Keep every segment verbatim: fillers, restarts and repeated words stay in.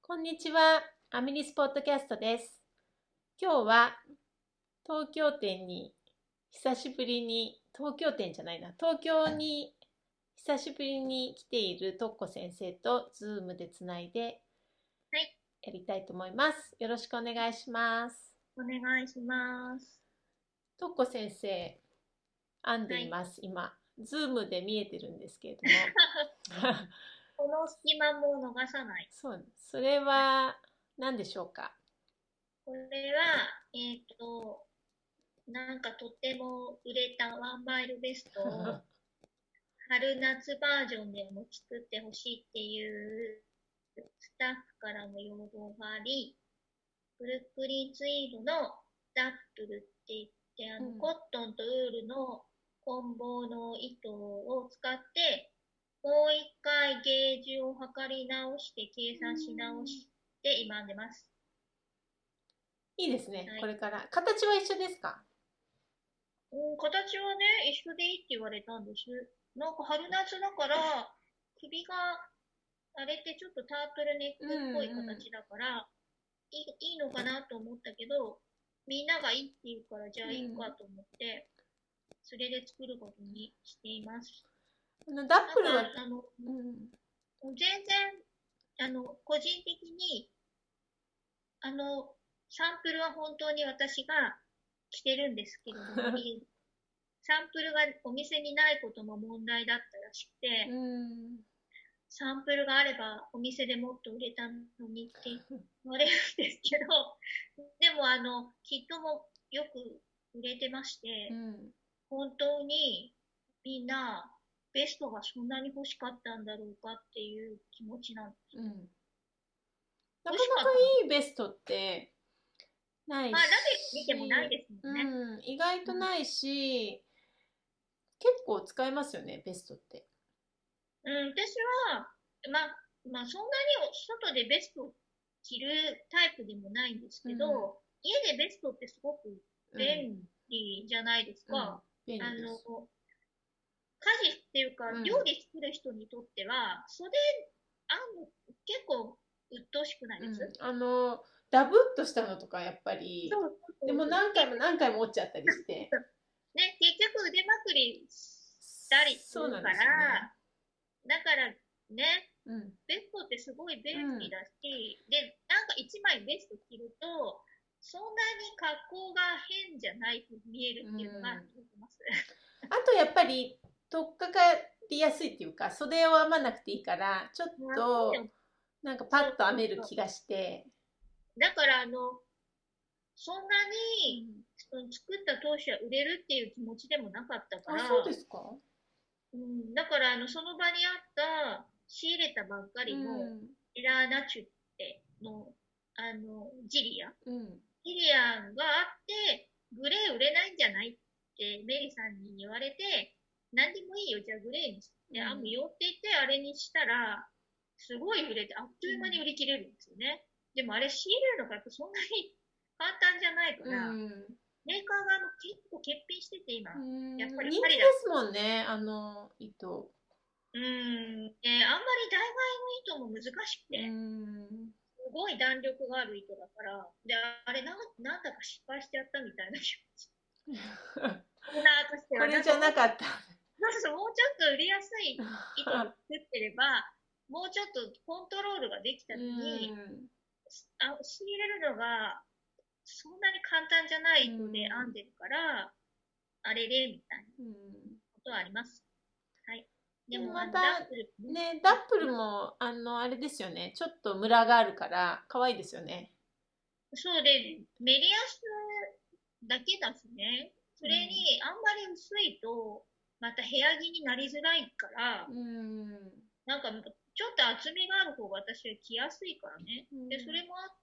こんにちは。アミリスポッドキャストです。今日は東京店に久しぶりに、東京店じゃないな、東京に久しぶりに来ているとっこ先生とズームでつないではい、 やりたいと思います。よろしくお願いします。 お願いします。 とっこ先生、編んではい。 います。今、ズームで見えてるんですけれども。 この隙間も逃さない。 そう、それはい、 は何でしょうか？ これは、えっと、なんかとっても売れたワンマイルベストを春夏バージョンでも作ってほしいっていうスタッフからの要望があり、ブルックリンツイードのダップルって言って、あの、 うん、 コットンとウールの混紡の糸を使って、もう一回ゲージを測り直して計う算し直ん、 して今編んでます。 いいですね。 はい。 これから。形は一緒ですか？ うん、形はね、一緒でいいって言われたんです。なんか春夏だから、首が、あれってちょっとタートルネッうんクっぽいうん。 形だから、いい、いいのかなと思ったけど、みんながいいって言うから、じゃあいいうん。 かと思って、それで作ることにしています。 あの、ダッなんか、 プルは、 あの、 うん。 全然、あの、個人的に、あの、サンプルは本当に私が着てるんですけれども、いサンプルがお店にないことも問題だったらしくうて、 ん。 サンプルがあればお店でもっと売れたのにって言われるんですけど、でもあの、キットもよく売れてまして、 うん。 本当にみんなベストがそんなに欲しかったんだろうかっていう気持ちなんです。 うん。なかなか欲しかったの。 いいベストってないまあ、ラメ見てもないし、 ですもんね。 うん。意外うん。 とないし、結構使えますよね、ベストって。 うん、私は、まあ、まあ、そんなに外でベストを着るタイプでもないんですうん。 けど、家でベストってすごくうん。 便利じゃないですうん。 か。あの、 便利です。 家事っていうか、料うん。 理作る人にとっては、袖編む結構鬱陶しくないです？ うん。あの、ダブっとしたのとか、やっぱり、 そうそうそうそう。 でも何回結も何回も折っちゃったりして、 ね、結局腕まくりしたりすそうなんでるから、 すよね。 だからね、 うん。 ベストってすごいうん。 便利だし、で、なんか一枚ベスト着ると、そんなに格好が変じゃないと見えるうっていうのがん。 気てます。 あとやっぱり取っかかりやすいっていうか、袖を編まなくていいからちょっまあ、そうとよ。 なんかパそうッと編そうそう。 める気がして。 だからあの、そんなにうん。 その作った当初は売れるっていう気持ちでもなかったかあ、そうでら、 すか？ うん、だからあの、その場にあった仕入れたばっかうりのん。 エラーナチュっての、あの、ジリアうん。 ジリアンがあって、グレー売れないんじゃないってメリさんに言われて、何でもいいよ、じゃあグレーにして編むうん。 よって言って、あれにしたら、すごい売れて、あっという間に売うん。 り切れるんですよね。でもあれ仕入れるのがやっぱそんなに簡単じゃないかうら、 ん。 メーカーがあの結構欠品してて今、 うん。 やっぱり人気でパリだ。 すもんね、あの糸。 うーん、で、あんまり代替の糸も難しくうて、 ん。 すごい弾力がある糸だから、で、あれな、なんだか失敗しちゃったみたいな気持ち。オーナーとしては、 これじなんかもうちょっゃなかった。 と、そうそうもうちょっと売りやすい糸で作ってれば、もうちょっとコントロールができたうのに、 ん。 あ仕入れるのがそんなに簡単じゃなうい糸で編んん。 でるから、あれれみたいなうん。 ことはあります。はい。ででもも、あの、 またダッフルね、 ね、ダップルもあのあれですよね。ちょっとムラがあるから可愛いですよね。 そうで、メリヤスだけだしね。それうん。 に、あんまり薄いと、また部屋着になりづらいから、 うん。 なんか、ちょっと厚みがある方が私は着やすいからね。で、そうん。 れもあって、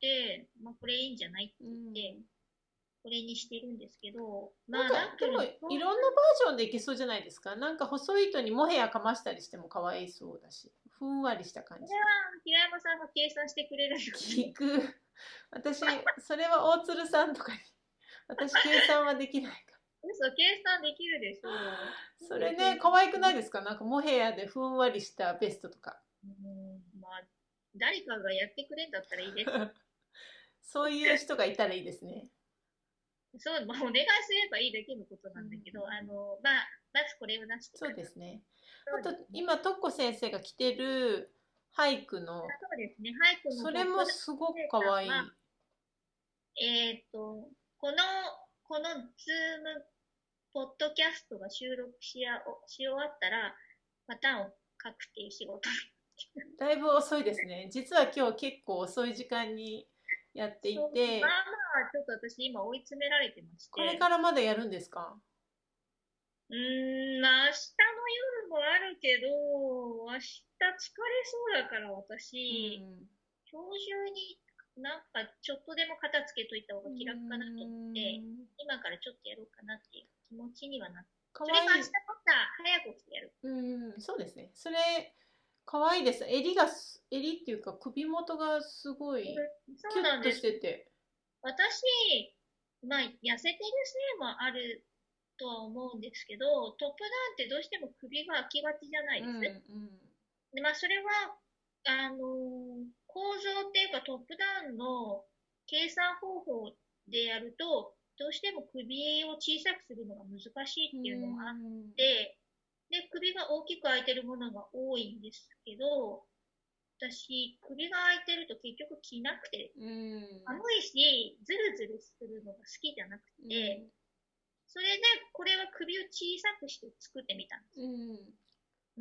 まあ、これいいんじゃないってう言って、 ん。 これにしてるんですけど、まあ、 なんかダッフルもでもいろんなバージョンでいけそうじゃないですか。なんか細い糸にモヘアかましたりしても可愛いそうだし、ふんわりした感それはじで。 平山さんが計算してくれるよね。 聞く。私、それは大鶴さんとかに。私、計算はできないか嘘、計算できるでしょう。 ら。それね、 計算可愛くないしですか？なんかモヘアでふんわりしたベストとか。 うん、まあ、 誰かがやってくれんだったらいいです。 そういう人がいたらいいですね。 そう、まあ、お願いすればいいだけのことなんだけど、 うんあの、まあ、まずこれを出してそうから。 ですね。あとそうですね。 今トッコ先生が着てる俳句のそうですね。俳句のそれもトップダすごくン可愛い。 データは、えっと、この、このズームポッドキャストが収録しやし終わったら、パターンを書くっていう仕事。 だいぶ遅いですね。実は今日結構遅い時間にやっていそう、まあて、 まあ、ちょっと私今追い詰められてましこれて、 からまだやるんですか？ うーん、まあ明日の夜もあるけど、明日疲れそうだからう私、 ん。 今日中になんかちょっとでも片付けといた方うが気楽かなと思って、 ん。 今からちょっとやろうかなっていう気持ちにはなって、 可それか明日愛い。 朝早く起きてやる。 うん、そうですね。それ、可愛いです。襟がす、襟っていうか首元がすごいそうキュッとなんです。 してて。 私、まあ、痩せてるせいもあるとは思うんですけど、トップダウンってどうしても首が空きがちじゃないうん、 です。 うん。 で、まあ、それは、あのー構造っていうかトップダウンの計算方法でやると、どうしても首を小さくするのが難しういっていうのがあっん。 て、で、首が大きく開いてるものが多いんですけど、私、首が開いてると結局着なくて、 うん。 寒いし、ズルズルするのが好きじゃなくうて、 ん。 それで、これは首を小さくして作ってみたんです。 うん。 うん。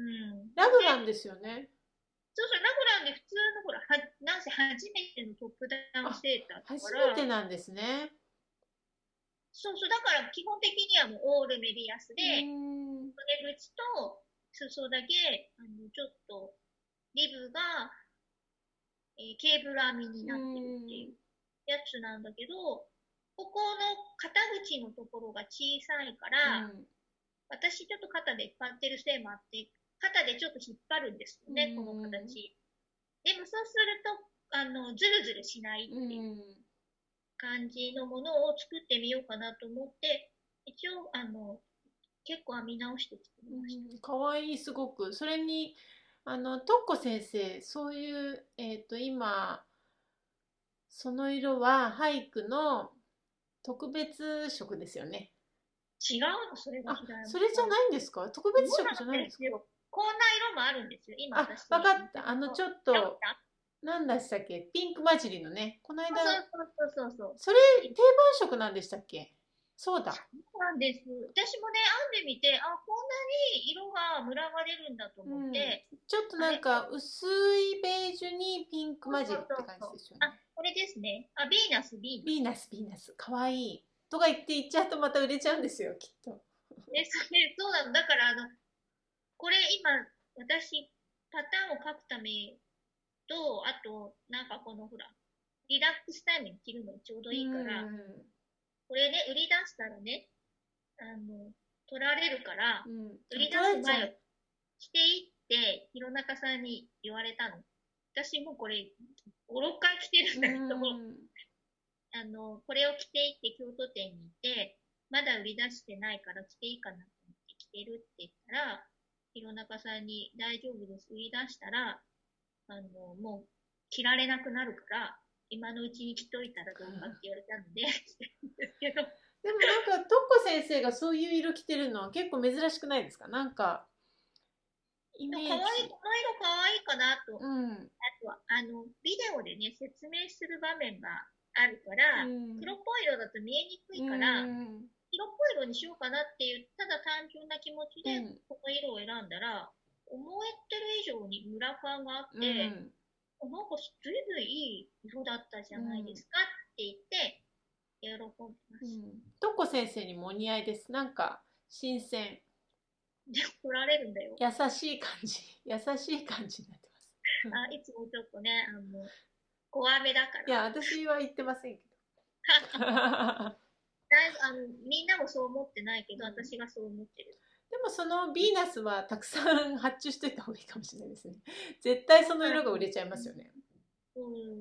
ラグランで、 ですよね。 そうそう、ラグランで普通のほら、は、なんせ初めてのトップダウンあ、 セーターだか初めてら、 なんですね。 そうそう、だから基本的にはもうオールメリアスうで、 ん。 袖口と裾だけ、あの、ちょっと、リブが、えーケーブル編みにうなってるっていん。 うやつなんだけど、ここの肩口のところが小さいから、 うん。 私ちょっと肩で使ってるせいもあって、肩でちょっと引っ張るんですようね、このん。 形。でもそうすると、あの、ズルズルしないうっていうん。 感じのものを作ってみようかなと思って、一応、あの、結構編み直して作りました。 うん。かわいい、すごく。それに、あの、とっこ先生、そういう、えっと、今、その色は俳句の特別色ですよね。 違うの、それが違あ、 う。 それじゃないんですか？特そう別色じゃないんですか？ なんですよ。こんな色もあるんですよ。今あ、 私、 わかった。あの、 のちょっ直と、 たなんだしたっけ？ピンク混じりのね。この間、 そうそうそうそうそう。 それ定番色なんでしたっけ？そうだ。 そうなんです。私もね、編んでみて、あ、こんなに色がムラが出るんだとうん。 思って、 ちょっとあれ、 なんか薄いベージュにピンク混じそうそうりって感そうそう。あ、 じですよね。 これですね。あ、ビーナス、ビーナス。 ヴィーナス、ヴィーナス。かわいい。とか言って言っちゃうとまた売れちゃうんですよ、きっと。 で、それ、そうなの。だから、あの、これ今、私、パターンを書くためと、あと、なんかこのほら、リラックスタイムに着るのにちょうどういいから、 ん。 これね、売り出したらね、あの、取られるから、 うん。あ、 売り出取られちゃう。 す前を着ていって、弘中さんに言われたの。私もこれ、ご、ろっかい着てるんうだけど、 ん。 あの、これを着ていって京都店に行って、まだ売り出してないから着ていいかなと思って着てるって言ったら、弘中さんに大丈夫です。売り出したら、あの、もう着られなくなるから、今のうちに着といたらどうかって言われたので、着てるんですけど、 でもなんか、トッコ先生がそういう色着てるのは結構珍しくないですか？なんか、イでも可愛い、 メージ。 この色可愛いかなと。 うん。 あとは、あの、ビデオでね、説明する場面があるかうら、 ん。 黒っぽい色だと見えにくういから、 ん。 色っぽい色にしようかなっていう、ただ単純な気持ちでうん。 この色を選んだら、思ってる以上にムラ感があっうて、 ん。 あなんかずいぶんいい色だったじゃないでうん。 すかって言って、喜んでます。 うん。トッコ先生にもお似合いです。なんか、新鮮。 で、怒られるんだよ。 優しい感じ。優しい感じになってます。 あ、いつもちょっとね、あの、怖めだかいや、 ら。 私は言ってませんけど。 だいぶ、あの、みんなもそう思ってないけど、 うん、 私がそう思ってる。 でもそのヴィーナスはたくさん発注しといた方がいいかもしれないですね。絶対その色が売れちゃいますよね。 うん、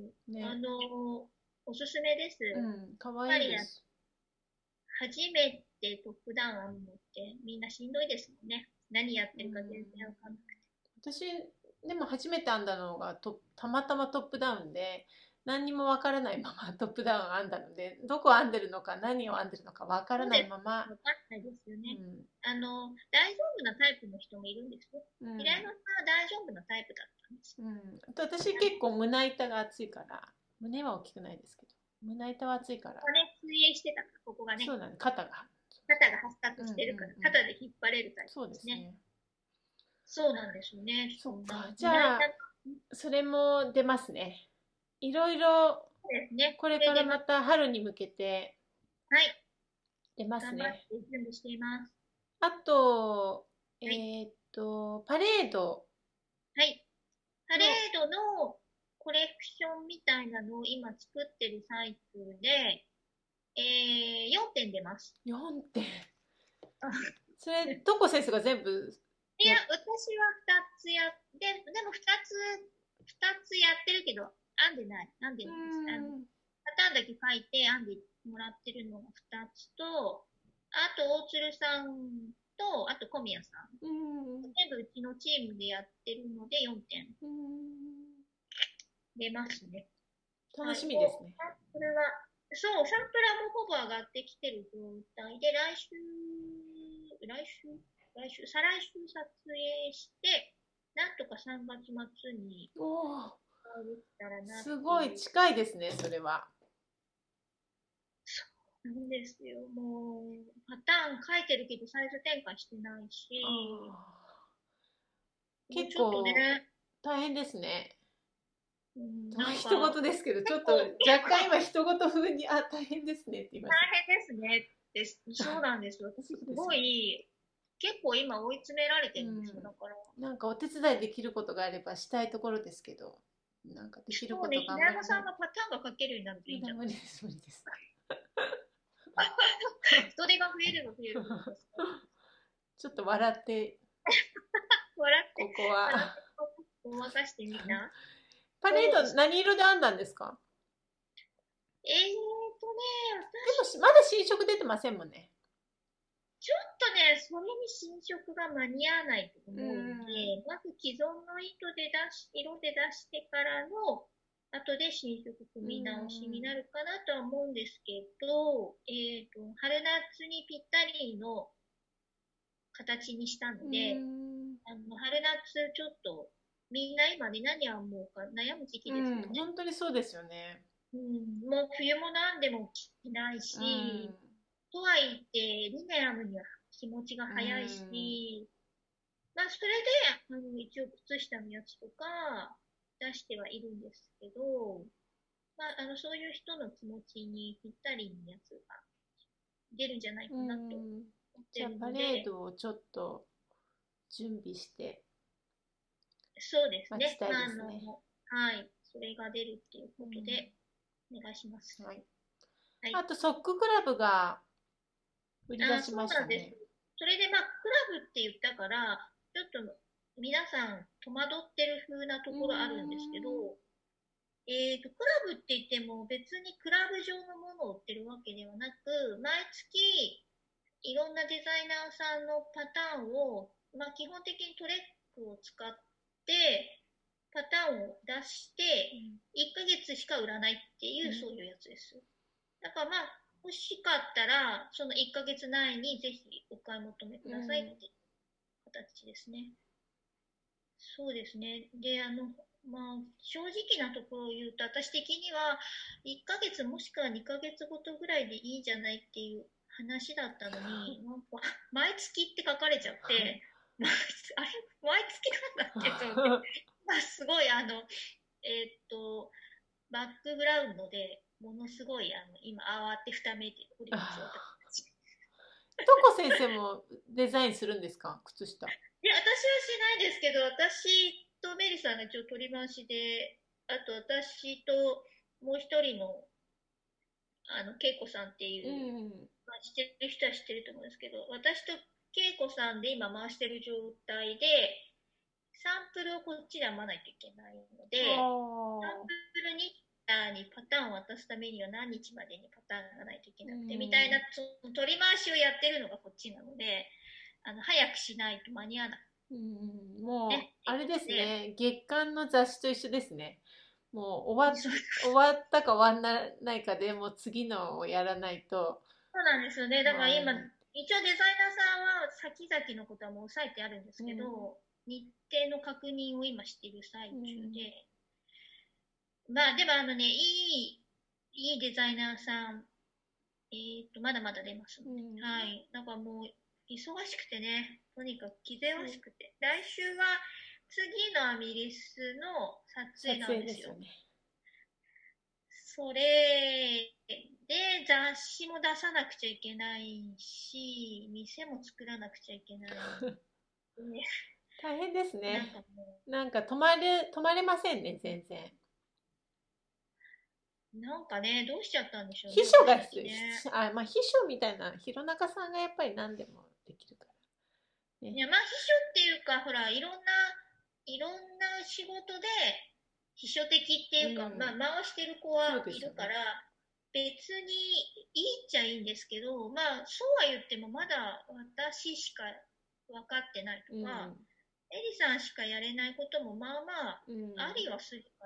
あね。 の、おすすめです。 うやっん、かわぱりや、 いいです。 初めてトップダウンを編むのってみんなしんどいですもんね。何やってるか全然わかんなくて。 私、 でも初めて編んだのがとたまたまトップダウンで、何にもわからないままトップダウン編んだので、どこ編んでるのか何を編んでるのかわからないそうです。 まま、 わかんないですようね。 ん、 あの、大丈夫なタイプの人もいるんですよ。 うん、 平山さんは大丈夫なタイプだったんですよ。 うん。あと私結構胸板が厚いから、胸は大きくないですけど、胸板は厚いから、 ここがね、水泳してたから、ここがね、 そうなんです、肩が。 肩が発達してるから、 うんうんうん、 肩で引っ張れるタイそうプですね。 ですね。 そうなんですよね。 そっか。 そんなの。 じゃあ、それも出ますね。いろいろ、 そうですね。 これそれで、ま、 からまた春に向けてはい、 出ます頑張っね。 て準備しています。 あと、えはい。 ーっと、パレードはい。パレのードのコレクションみたいなのを今作ってる最中で、えー、よんてん出ます。 よんてん。 あそれ、とこ先生が全部やっ、 いや、私はふたつやって、でもふたつ、ふたつやってるけど、編んでない。編んでうーないです。あの、 ん、 パターンだけ書いて編んでもらってるのがふたつと、あと、大鶴さんと、あと小宮さん。 うーん、 全部うちのチームでやってるのでよんてんうーん。 出ますね。 楽はい。 しみですね。 これは、そう、サンプラーもほぼ上がってきてる状態で、来週、来週、来週、再来週撮影して、なんとかさんがつ末におー、 できたらなっすていう。 ごい近いですね、それは。 そうなんですよ。もう、パターン書いてるけどサイズ展開してないあし、 ー、結もうちょっと構ね、 大変ですね。 うん、 まあ、 なん人か、 事ですけど、ちょっと結構、結若干今人事風に、あ、大変ですねって言いま大した。 変ですね。です。そうなんですよ。私すごそうですよね。 い、結構今追い詰められてうるんですよ。だん。 から、 なんかお手伝いできることがあればしたいところですけど、なんかできるそうね、 ことがあん平山まりない。 さんがパターンが書けるようになるといいんじゃないですか。 無理です、無理です。 人手が増えれば増えるほど助かる。 ちょっと笑って、 笑って、 ここは。 笑ってごまかしてみた。 パレードそうです。 何色で編んだんですか？ えーとね、私、 でもまだ新色出てませんもんね。 ちょっとね、それに新色が間に合わないと思ううんん。 で、まず既存の糸で出し、色で出してからの、後で新色う組み直しになん。 るかなとは思うんですけど、えっと、春夏にぴったりの形にしたうので、 ん。 あの、春夏ちょっと、みんな今ね、何を思うか悩む時期うん。 ですよね。 本当にそうですよね。 うん、もう冬も何でも着ないうし、 ん。 とはいってリネアムには気持ちがう早いん。 し、まあそれで、あの、一応靴下のやつとか出してはいるんですけど、まあ、あの、そういう人の気持ちにぴったりのやつが出るんじゃないうかなとん。 思ってじゃあるので、 パレードをちょっと準備してそうですね。 待ちたいまあ、あの、 ですね。 はい、それが出るっていううん。 ことで、お願いします。 はい。 はい。 あとソッククラブが売り出あ、 しそうなんです。 ましたね。 それで、まあ、クラブって言ったから、ちょっと皆さん戸惑ってる風なとうころあるんですけん。 ど、えーと、クラブって言っても別にクラブ状のものを売ってるわけではなく、毎月いろんなデザイナーさんのパターンを、まあ、基本的にトレックを使ってパターンを出して、いっかげつしか売らないっていう、そういうやつです。だからまあ、欲しかったら、そのいっかげつ内にぜひお買い求めくうださいってん。 形ですね。そうですね。で、あの、まあ、正直なところを言うと、私的にはいっかげつもしくはにかげつごとぐらいでいいんじゃないっていう話だったのに、なんか、毎月って書かれちゃって、毎月あれ毎月なんだっけと思って、まあ、すごい、あの、えーっと、バックグラウンドでものすごい、あの、今、慌てふためいております、私。 とこ先生もデザインするんですか？靴下。 いや、私はしないですけど、私とメリさんが一応取り回しで、あと私ともう一人の、あの、恵子さんっていうう、 ん。 まあ、知ってる人は知ってると思うんですけど、私と恵子さんで今回してる状態で、サンプルをこっちで編まないといけないのあで、サンあ。 プルニッターにパターンを渡すためには何日までにパターンがないといけうなくて、みたいな、 ん。 その取り回しをやってるのがこっちなので、あの、早くしないと間に合わない。 うん、もうね、 あれですね、 ね、月刊の雑誌と一緒ですね。もう終わっ、 そう、 終わったか終わんないかでもう次のをやらないとそうなんですよね。だ終から今、 わらない。 一応デザイナーさんは先々のことはもう押さえてあるんですうん、 けど、日程の確認を今している最中うん、 で、まあでもあのね、いい、いいデザイナーさん、えっと、まだまだ出ますので、 うん、 はい。なんかもう、忙しくてね、とにかく気ぜわそう、 しくて。来週は次のアミリスの撮撮影なんですよ。 影ですよね。 それで雑誌も出さなくちゃいけないし、店も作らなくちゃいけない。ね、 大変ですなんかね。 もなんか泊まる、泊まれませんね、全然。 う、なんかね、どうしちゃったんでしょう秘ね、 書が必私たちね。 要、あ、まあ秘書みたいな、弘中さんがやっぱり何でもできるからね。 いや、まあ、秘書っていうか、ほら、いろんな、いろんな仕事で、秘書的っていうか、 うん、 まあ、回してる子そうはいですよね。 るから、別にいいっちゃいいんですけど、まあ、そうは言っても、まだ私しか分かってないとか、 うん、 エリさんしかやれないことも、まあまあ、 うん、 ありはするから、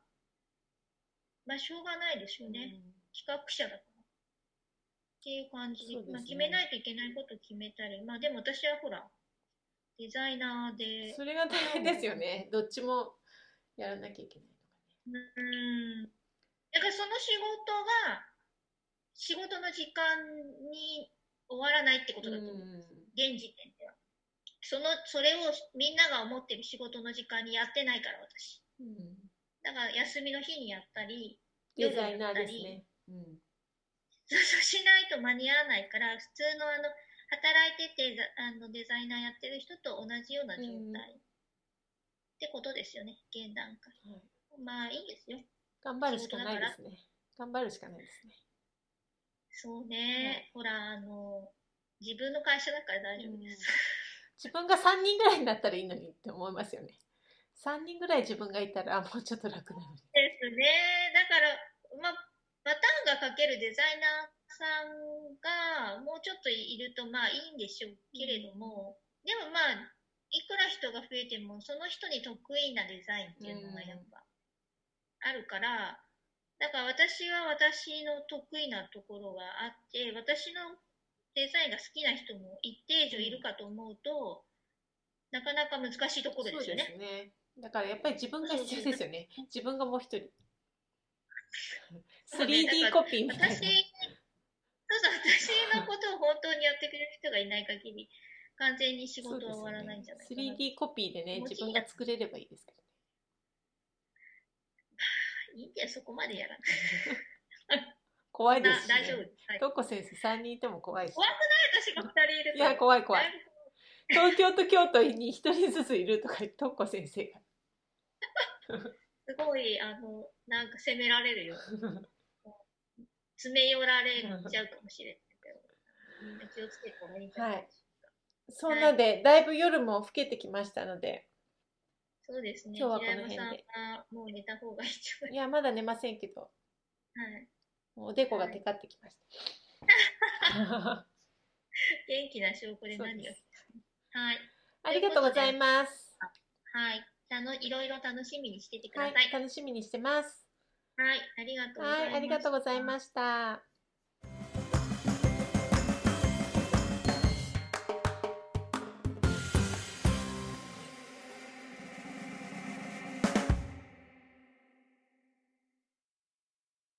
まあ、しょうがないですよね。 うん、 企画者だから。っていう感じそうで、まあ、 ですね。 決めないといけないこと決めたり、まあ、でも私はほら、デザイナーで、 それが大変ですまあもう、 よね。どっちもやらなきゃいけないうーん。だからその仕事が仕事の時間に終わらないってことかね。 とだと思います。現時点では。その、それをみんなが思ってる仕事の時間にやってないから私。 うん、うん、 だから休みの日にやったり、夜やっデザイナーたり、 ですね。うん、 そうしないと間に合わないから、普通のあの、働いててあのデザイナーやってる人と同じような状うん、は態ってことですよね、現段階。 い。 まあいいですよ。 頑張る仕しかない事だから。 ですね。頑張るしかないですね。 そうはい。 ね。ほら、あの、自分の会社だから大うん、 丈夫です。 自分がさんにんぐらいになったらいいのにって思いますよね。さんにんぐらい自分がいたら、あ、もうちょっと楽なのに。 ですね。だから、まあ、パターンが書けるデザイナーさんがもうちょっといるとまあいいんでしょううけれどん、 も、でもまあ、いくら人が増えても、その人に得意なデザインっうていうのがやっん、 ぱあるから、だから私は私の得意なところがあって、私のデザインが好きな人も一定以うん、 上いるかと思うと、なかなか難しいところそうでですよね。 すね。だからやっぱり自分が必要そうそうそう。 ですよね。自分がもう一人。 そうね、だかスリーディーらコピーみたい私、 な。 そうそう、私のことを本当にやってくれる人がいない限り、完全に仕そう事は終わらないですよね。 んじゃないかな。 スリーディー コピーでね、 気持自分ちいいやつ。 が作れればいいですけいいんだよ、そこまでやらない。 どね。怖いでな、 すしね。 大丈夫です。はい。 トッコ先生さんにんいても怖いし。 怖くない私がふたりいるいや、 と。 怖い怖い。 だいぶ、 東京と京都にひとりずついるとか言って、トッコ先生が。 すごい、あの、なんか責められるよ。詰め寄られちゃうかもしれないけど、みんな気をつけた方がいいんじゃなはい。 いでしょうか。はい。 そんなで、だいぶ夜も更けてきましたので、 そうですね。 今日はこ平山さんの辺で。 はもう寝た方がいいんじゃない。 いや、まだ寝ませんけど、 はい。 もうおでこがはい。 テカってきました。 元気な証拠で何よりでそうです。 すね。はい。 あといりがとうございうことで、 ます。 はい。あの、いろいろ楽しみにしててくはい、 ださい。 楽しみにしてます。 はい。ありがとうごはい、 ざいありがとうました。 ございました。